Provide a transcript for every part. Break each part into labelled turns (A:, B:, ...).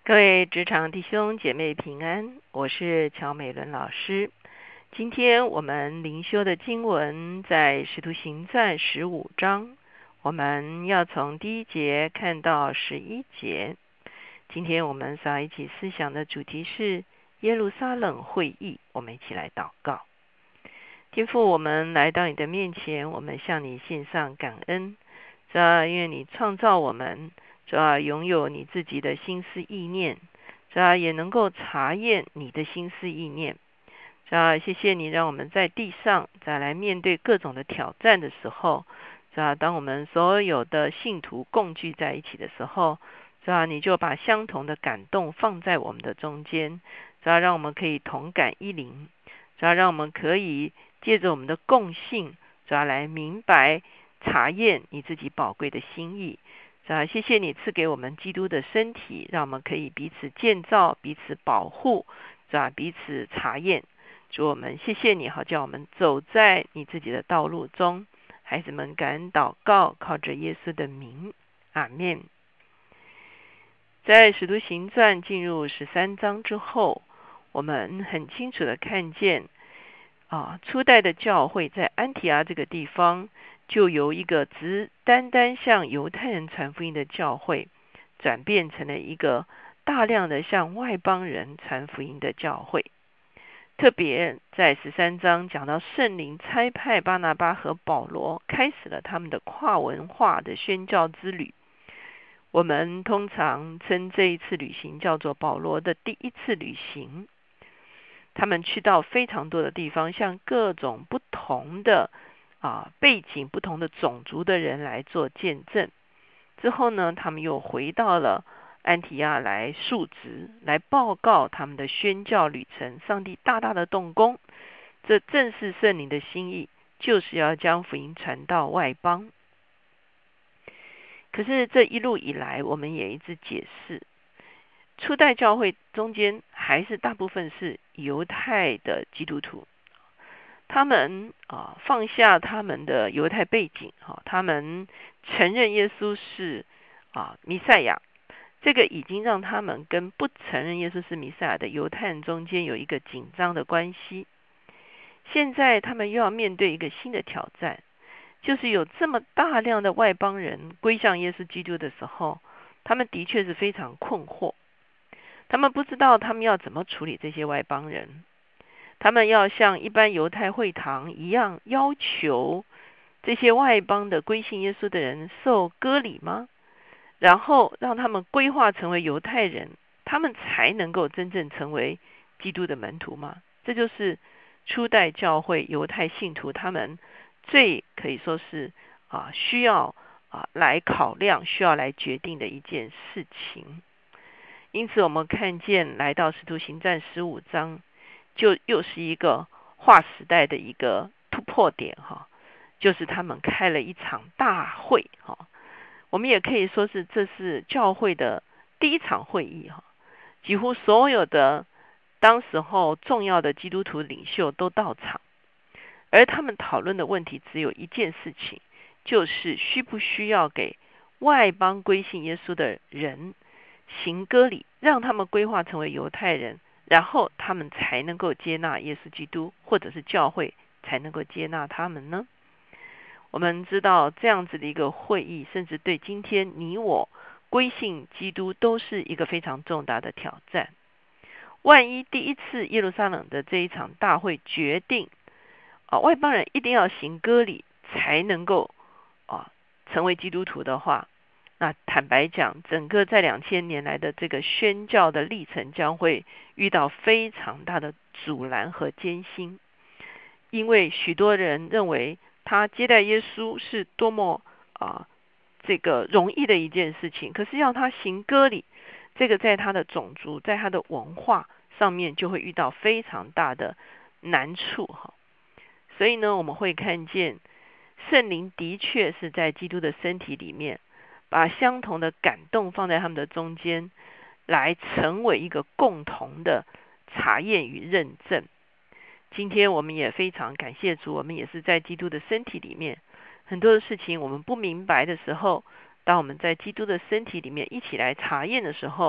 A: 各位职场弟兄姐妹平安，我是乔美伦老师。今天我们灵修的经文在使徒行传15章，我们要从第1节看到11节。今天我们所要一起思想的主题是耶路撒冷会议，我们一起来祷告。天父，我们来到你的面前，我们向你献上感恩。主要因为你创造我们，主要拥有你自己的心思意念，主要也能够查验你的心思意念。主要谢谢你让我们在地上再来面对各种的挑战的时候，主要当我们所有的信徒共聚在一起的时候，主要你就把相同的感动放在我们的中间，主要让我们可以同感一灵，主要让我们可以借着我们的共信，主要来明白查验你自己宝贵的心意。主要谢谢你赐给我们基督的身体，让我们可以彼此建造，彼此保护，主要彼此查验。主，我们谢谢你，好叫我们走在你自己的道路中。孩子们感恩祷告，靠着耶稣的名，阿们。在使徒行传进入13章之后，我们很清楚的看见初代的教会在安提阿这个地方，就由一个只单单向犹太人传福音的教会，转变成了一个大量的向外邦人传福音的教会。特别在13章讲到圣灵差派巴拿巴和保罗，开始了他们的跨文化的宣教之旅。我们通常称这一次旅行叫做保罗的第一次旅行。他们去到非常多的地方，向各种不同的背景、不同的种族的人来做见证。之后呢，他们又回到了安提阿来述职，来报告他们的宣教旅程。上帝大大的动工，这正是圣灵的心意，就是要将福音传到外邦。可是这一路以来，我们也一直解释，初代教会中间还是大部分是犹太的基督徒，他们放下他们的犹太背景，他们承认耶稣是弥赛亚。这个已经让他们跟不承认耶稣是弥赛亚的犹太人中间有一个紧张的关系。现在他们又要面对一个新的挑战，就是有这么大量的外邦人归向耶稣基督的时候，他们的确是非常困惑。他们不知道他们要怎么处理这些外邦人。他们要像一般犹太会堂一样，要求这些外邦的归信耶稣的人受割礼吗？然后让他们归化成为犹太人，他们才能够真正成为基督的门徒吗？这就是初代教会犹太信徒他们最可以说是需要来考量、需要来决定的一件事情。因此我们看见来到使徒行传15章，就又是一个划时代的一个突破点，就是他们开了一场大会。我们也可以说是这是教会的第一场会议，几乎所有的当时候重要的基督徒领袖都到场，而他们讨论的问题只有一件事情，就是需不需要给外邦归信耶稣的人行割礼，让他们归化成为犹太人，然后他们才能够接纳耶稣基督，或者是教会才能够接纳他们呢？我们知道这样子的一个会议，甚至对今天你我归信基督都是一个非常重大的挑战。万一第一次耶路撒冷的这一场大会决定外邦人一定要行割礼才能够成为基督徒的话，那坦白讲，整个在2000年来的这个宣教的历程将会遇到非常大的阻拦和艰辛。因为许多人认为他接待耶稣是多么这个容易的一件事情，可是要他行割礼，这个在他的种族、在他的文化上面就会遇到非常大的难处。所以呢，我们会看见圣灵的确是在基督的身体里面，把相同的感动放在他们的中间，来成为一个共同的查验与认证。今天我们也非常感谢主，我们也是在基督的身体里面，很多的事情我们不明白的时候，当我们在基督的身体里面一起来查验的时候，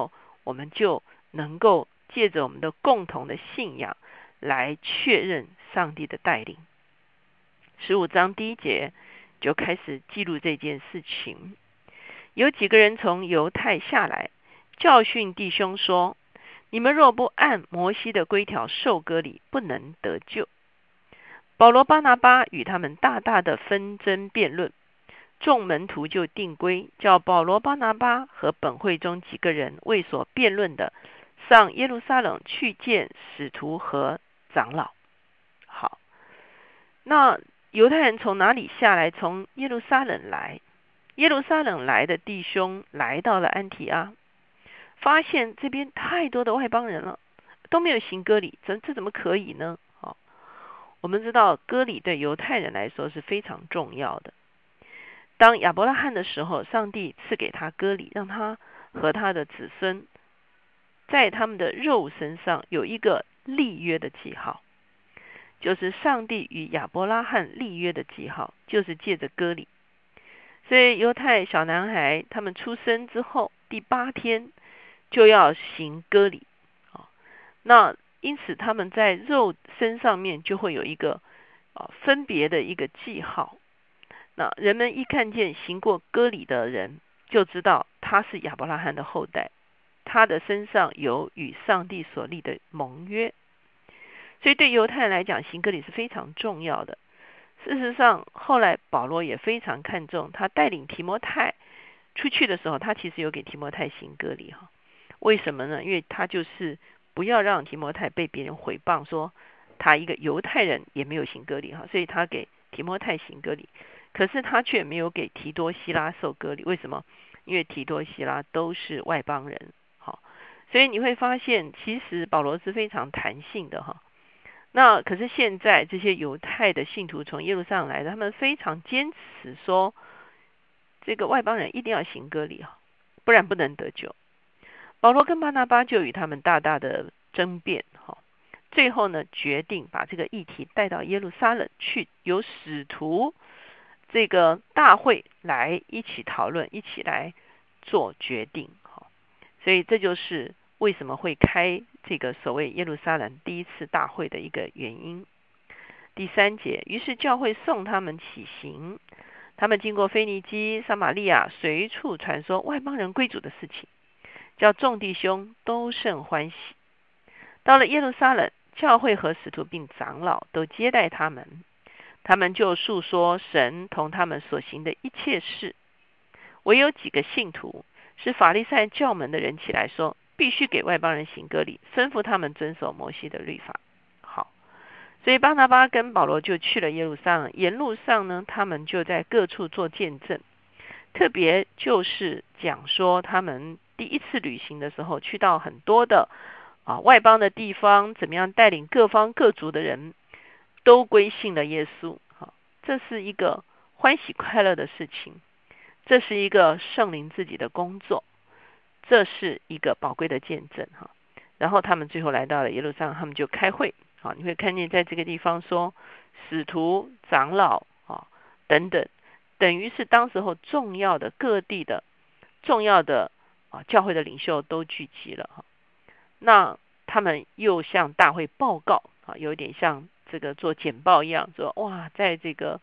A: 我们就能够借着我们的共同的信仰来确认上帝的带领。15章第1节就开始记录这件事情。有几个人从犹太下来，教训弟兄说，你们若不按摩西的规条受割礼，不能得救。保罗巴拿巴与他们大大的纷争辩论，众门徒就定规，叫保罗巴拿巴和本会中几个人为所辩论的上耶路撒冷去见使徒和长老。好，那犹太人从哪里下来？从耶路撒冷来。耶路撒冷来的弟兄来到了安提阿，发现这边太多的外邦人了，都没有行割礼，这怎么可以呢？我们知道割礼对犹太人来说是非常重要的。当亚伯拉罕的时候，上帝赐给他割礼，让他和他的子孙在他们的肉身上有一个立约的记号，就是上帝与亚伯拉罕立约的记号，就是借着割礼。所以犹太小男孩他们出生之后第8天就要行割礼，那因此他们在肉身上面就会有一个分别的一个记号。那人们一看见行过割礼的人，就知道他是亚伯拉罕的后代，他的身上有与上帝所立的盟约。所以对犹太人来讲，行割礼是非常重要的。事实上，后来保罗也非常看重，他带领提摩太出去的时候，他其实有给提摩太行割礼。为什么呢？因为他就是不要让提摩太被别人毁谤说他一个犹太人也没有行割礼，所以他给提摩太行割礼。可是他却没有给提多西拉受割礼。为什么？因为提多西拉都是外邦人。所以你会发现其实保罗是非常弹性的。那可是现在这些犹太的信徒从耶路撒冷来的，他们非常坚持说这个外邦人一定要行割礼，不然不能得救。保罗跟巴拿巴就与他们大大的争辩，最后呢决定把这个议题带到耶路撒冷去，由使徒这个大会来一起讨论，一起来做决定。所以这就是为什么会开这个所谓耶路撒冷第一次大会的一个原因。第3节，于是教会送他们起行，他们经过腓尼基、撒玛利亚，随处传说外邦人归主的事情，叫众弟兄都甚欢喜。到了耶路撒冷，教会和使徒并长老都接待他们，他们就述说神同他们所行的一切事。唯有几个信徒是法利赛教门的人起来说，必须给外邦人行割礼，吩咐他们遵守摩西的律法。好，所以巴拿巴跟保罗就去了耶路撒冷，沿路上呢，他们就在各处做见证，特别就是讲说他们第一次旅行的时候，去到很多的外邦的地方，怎么样带领各方各族的人都归信了耶稣。这是一个欢喜快乐的事情，这是一个圣灵自己的工作，这是一个宝贵的见证。然后他们最后来到了耶路撒冷，他们就开会。你会看见在这个地方说使徒、长老等等，等于是当时候重要的各地的重要的教会的领袖都聚集了。那他们又向大会报告，有点像这个做简报一样，说哇，在这个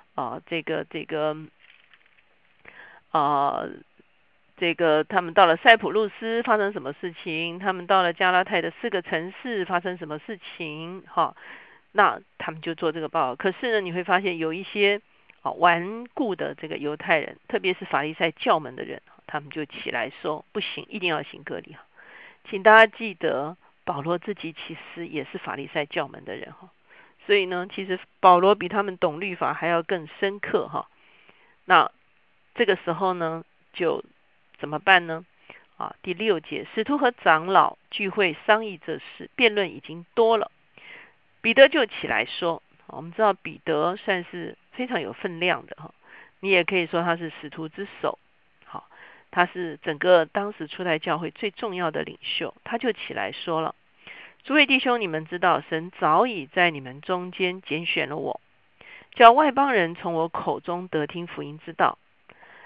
A: 他们到了塞浦路斯发生什么事情，他们到了加拉太的4个城市发生什么事情。那他们就做这个报告。可是呢，你会发现有一些顽固的这个犹太人，特别是法利赛教门的人，他们就起来说不行，一定要行割礼。请大家记得保罗自己其实也是法利赛教门的人，所以呢，其实保罗比他们懂律法还要更深刻。那这个时候呢，就怎么办呢？第6节，使徒和长老聚会商议这事，辩论已经多了。彼得就起来说，我们知道彼得算是非常有分量的，你也可以说他是使徒之首。他是整个当时初代教会最重要的领袖。他就起来说了，诸位弟兄，你们知道神早已在你们中间拣选了我，叫外邦人从我口中得听福音之道。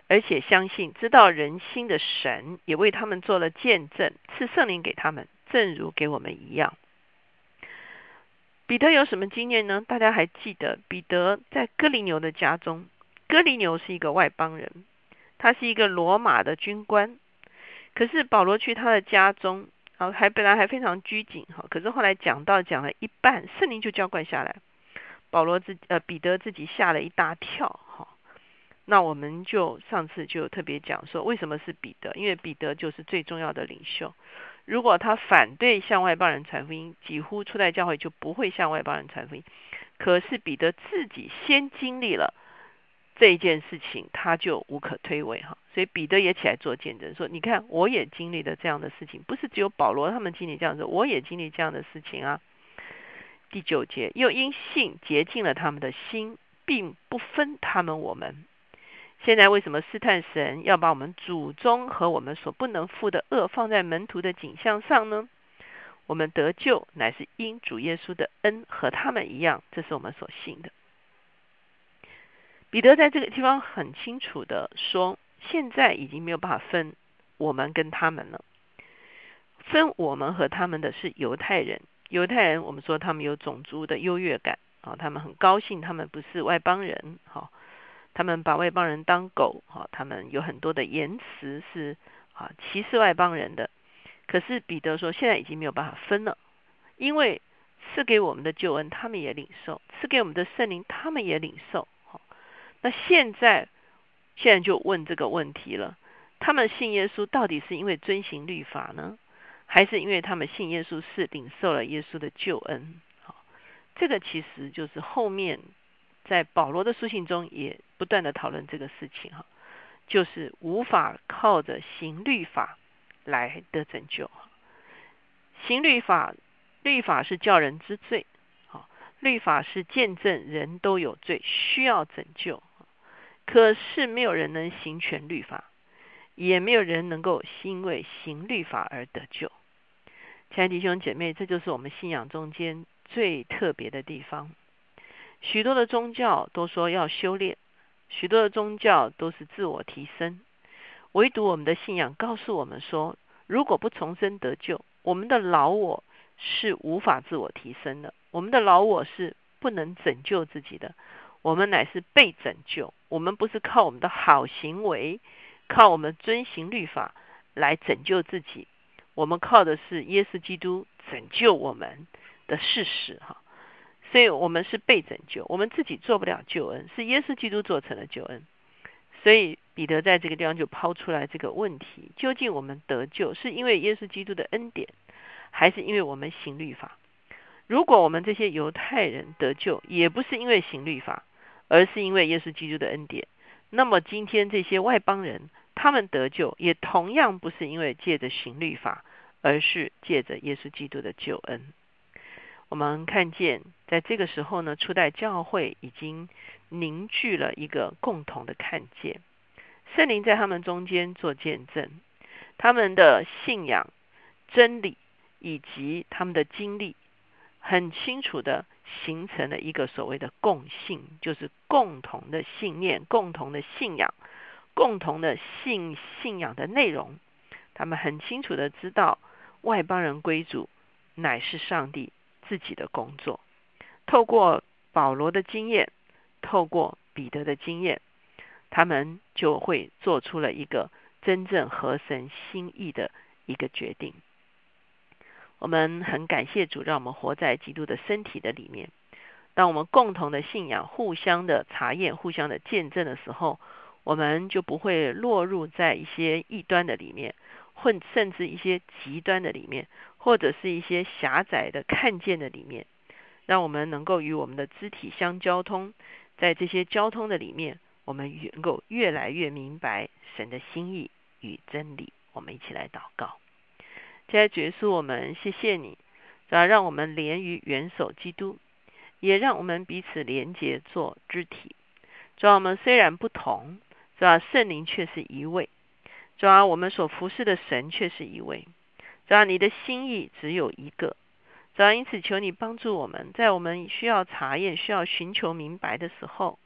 A: 而且相信知道人心的神也为他们做了见证，赐圣灵给他们，正如给我们一样。彼得有什么经验呢？大家还记得彼得在哥尼流的家中，哥尼流是一个外邦人，他是一个罗马的军官。可是保罗去他的家中，本来还非常拘谨，可是后来讲了一半，圣灵就浇灌下来，彼得自己吓了一大跳。那我们上次就特别讲说，为什么是彼得？因为彼得就是最重要的领袖。如果他反对向外邦人传福音，几乎初代教会就不会向外邦人传福音。可是彼得自己先经历了这一件事情，他就无可推诿。所以彼得也起来做见证，说你看我也经历了这样的事情，不是只有保罗他们经历这样子，我也经历这样的事情啊。第9节，又因信洁净了他们的心，并不分他们我们。现在为什么试探神要把我们祖宗和我们所不能负的恶放在门徒的景象上呢？我们得救乃是因主耶稣的恩，和他们一样，这是我们所信的。彼得在这个地方很清楚的说，现在已经没有办法分我们跟他们了。分我们和他们的是犹太人。犹太人我们说他们有种族的优越感，他们很高兴他们不是外邦人，他们把外邦人当狗，他们有很多的言辞是歧视外邦人的。可是彼得说现在已经没有办法分了，因为赐给我们的救恩他们也领受，赐给我们的圣灵他们也领受。那现在就问这个问题了，他们信耶稣到底是因为遵行律法呢，还是因为他们信耶稣是领受了耶稣的救恩？这个其实就是后面在保罗的书信中也不断的讨论这个事情，就是无法靠着行律法来得拯救。行律法是叫人知罪，律法是见证人都有罪，需要拯救。可是没有人能行全律法，也没有人能够因为行律法而得救。亲爱的弟兄姐妹，这就是我们信仰中间最特别的地方。许多的宗教都说要修炼，许多的宗教都是自我提升，唯独我们的信仰告诉我们说，如果不重生得救，我们的老我是无法自我提升的，我们的老我是不能拯救自己的，我们乃是被拯救。我们不是靠我们的好行为，靠我们遵行律法来拯救自己，我们靠的是耶稣基督拯救我们的事实。所以我们是被拯救，我们自己做不了救恩，是耶稣基督做成了救恩。所以彼得在这个地方就抛出来这个问题，究竟我们得救是因为耶稣基督的恩典，还是因为我们行律法？如果我们这些犹太人得救也不是因为行律法，而是因为耶稣基督的恩典，那么今天这些外邦人他们得救也同样不是因为借着行律法，而是借着耶稣基督的救恩。我们看见在这个时候呢，初代教会已经凝聚了一个共同的看见，圣灵在他们中间做见证，他们的信仰真理以及他们的经历很清楚的形成了一个所谓的共信，就是共同的信念，共同的信仰，共同的信仰的内容。他们很清楚的知道外邦人归主乃是上帝自己的工作。透过保罗的经验，透过彼得的经验，他们就会做出了一个真正合神心意的一个决定。我们很感谢主，让我们活在基督的身体的里面。当我们共同的信仰互相的查验，互相的见证的时候，我们就不会落入在一些异端的里面，甚至一些极端的里面，或者是一些狭窄的看见的里面，让我们能够与我们的肢体相交通。在这些交通的里面，我们能够越来越明白神的心意与真理。我们一起来祷告。亲爱的主耶稣，我们谢谢你，让我们连于元首基督，也让我们彼此连结做肢体。主啊，我们虽然不同，主啊，圣灵却是一位。主啊，我们所服侍的神却是一位。主啊，你的心意只有一个。主啊，因此求你帮助我们，在我们需要查验、需要寻求明白的时候，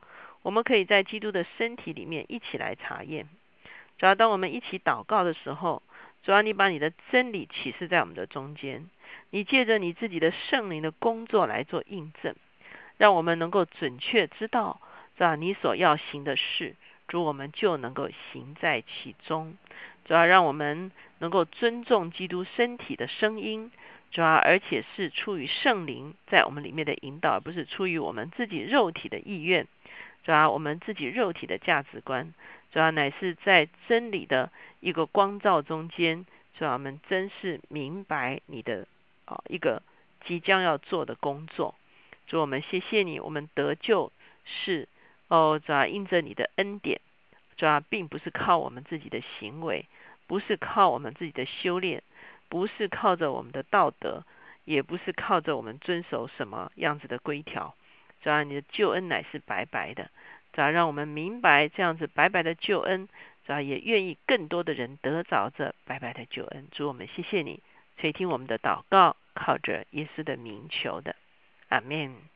A: 我们可以在基督的身体里面一起来查验。主要当我们一起祷告的时候，主要你把你的真理启示在我们的中间，你借着你自己的圣灵的工作来做印证，让我们能够准确知道你所要行的事，主我们就能够行在其中。主要让我们能够尊重基督身体的声音，主要而且是出于圣灵在我们里面的引导，而不是出于我们自己肉体的意愿，主要我们自己肉体的价值观，主要乃是在真理的一个光照中间，主要我们真是明白你的一个即将要做的工作。主我们谢谢你，我们得救是主要因着你的恩典，主要并不是靠我们自己的行为，不是靠我们自己的修炼，不是靠着我们的道德，也不是靠着我们遵守什么样子的规条。主要你的救恩乃是白白的，主要让我们明白这样子白白的救恩，主要也愿意更多的人得着这白白的救恩。主我们谢谢你，垂听我们的祷告，靠着耶稣的名求的，阿们。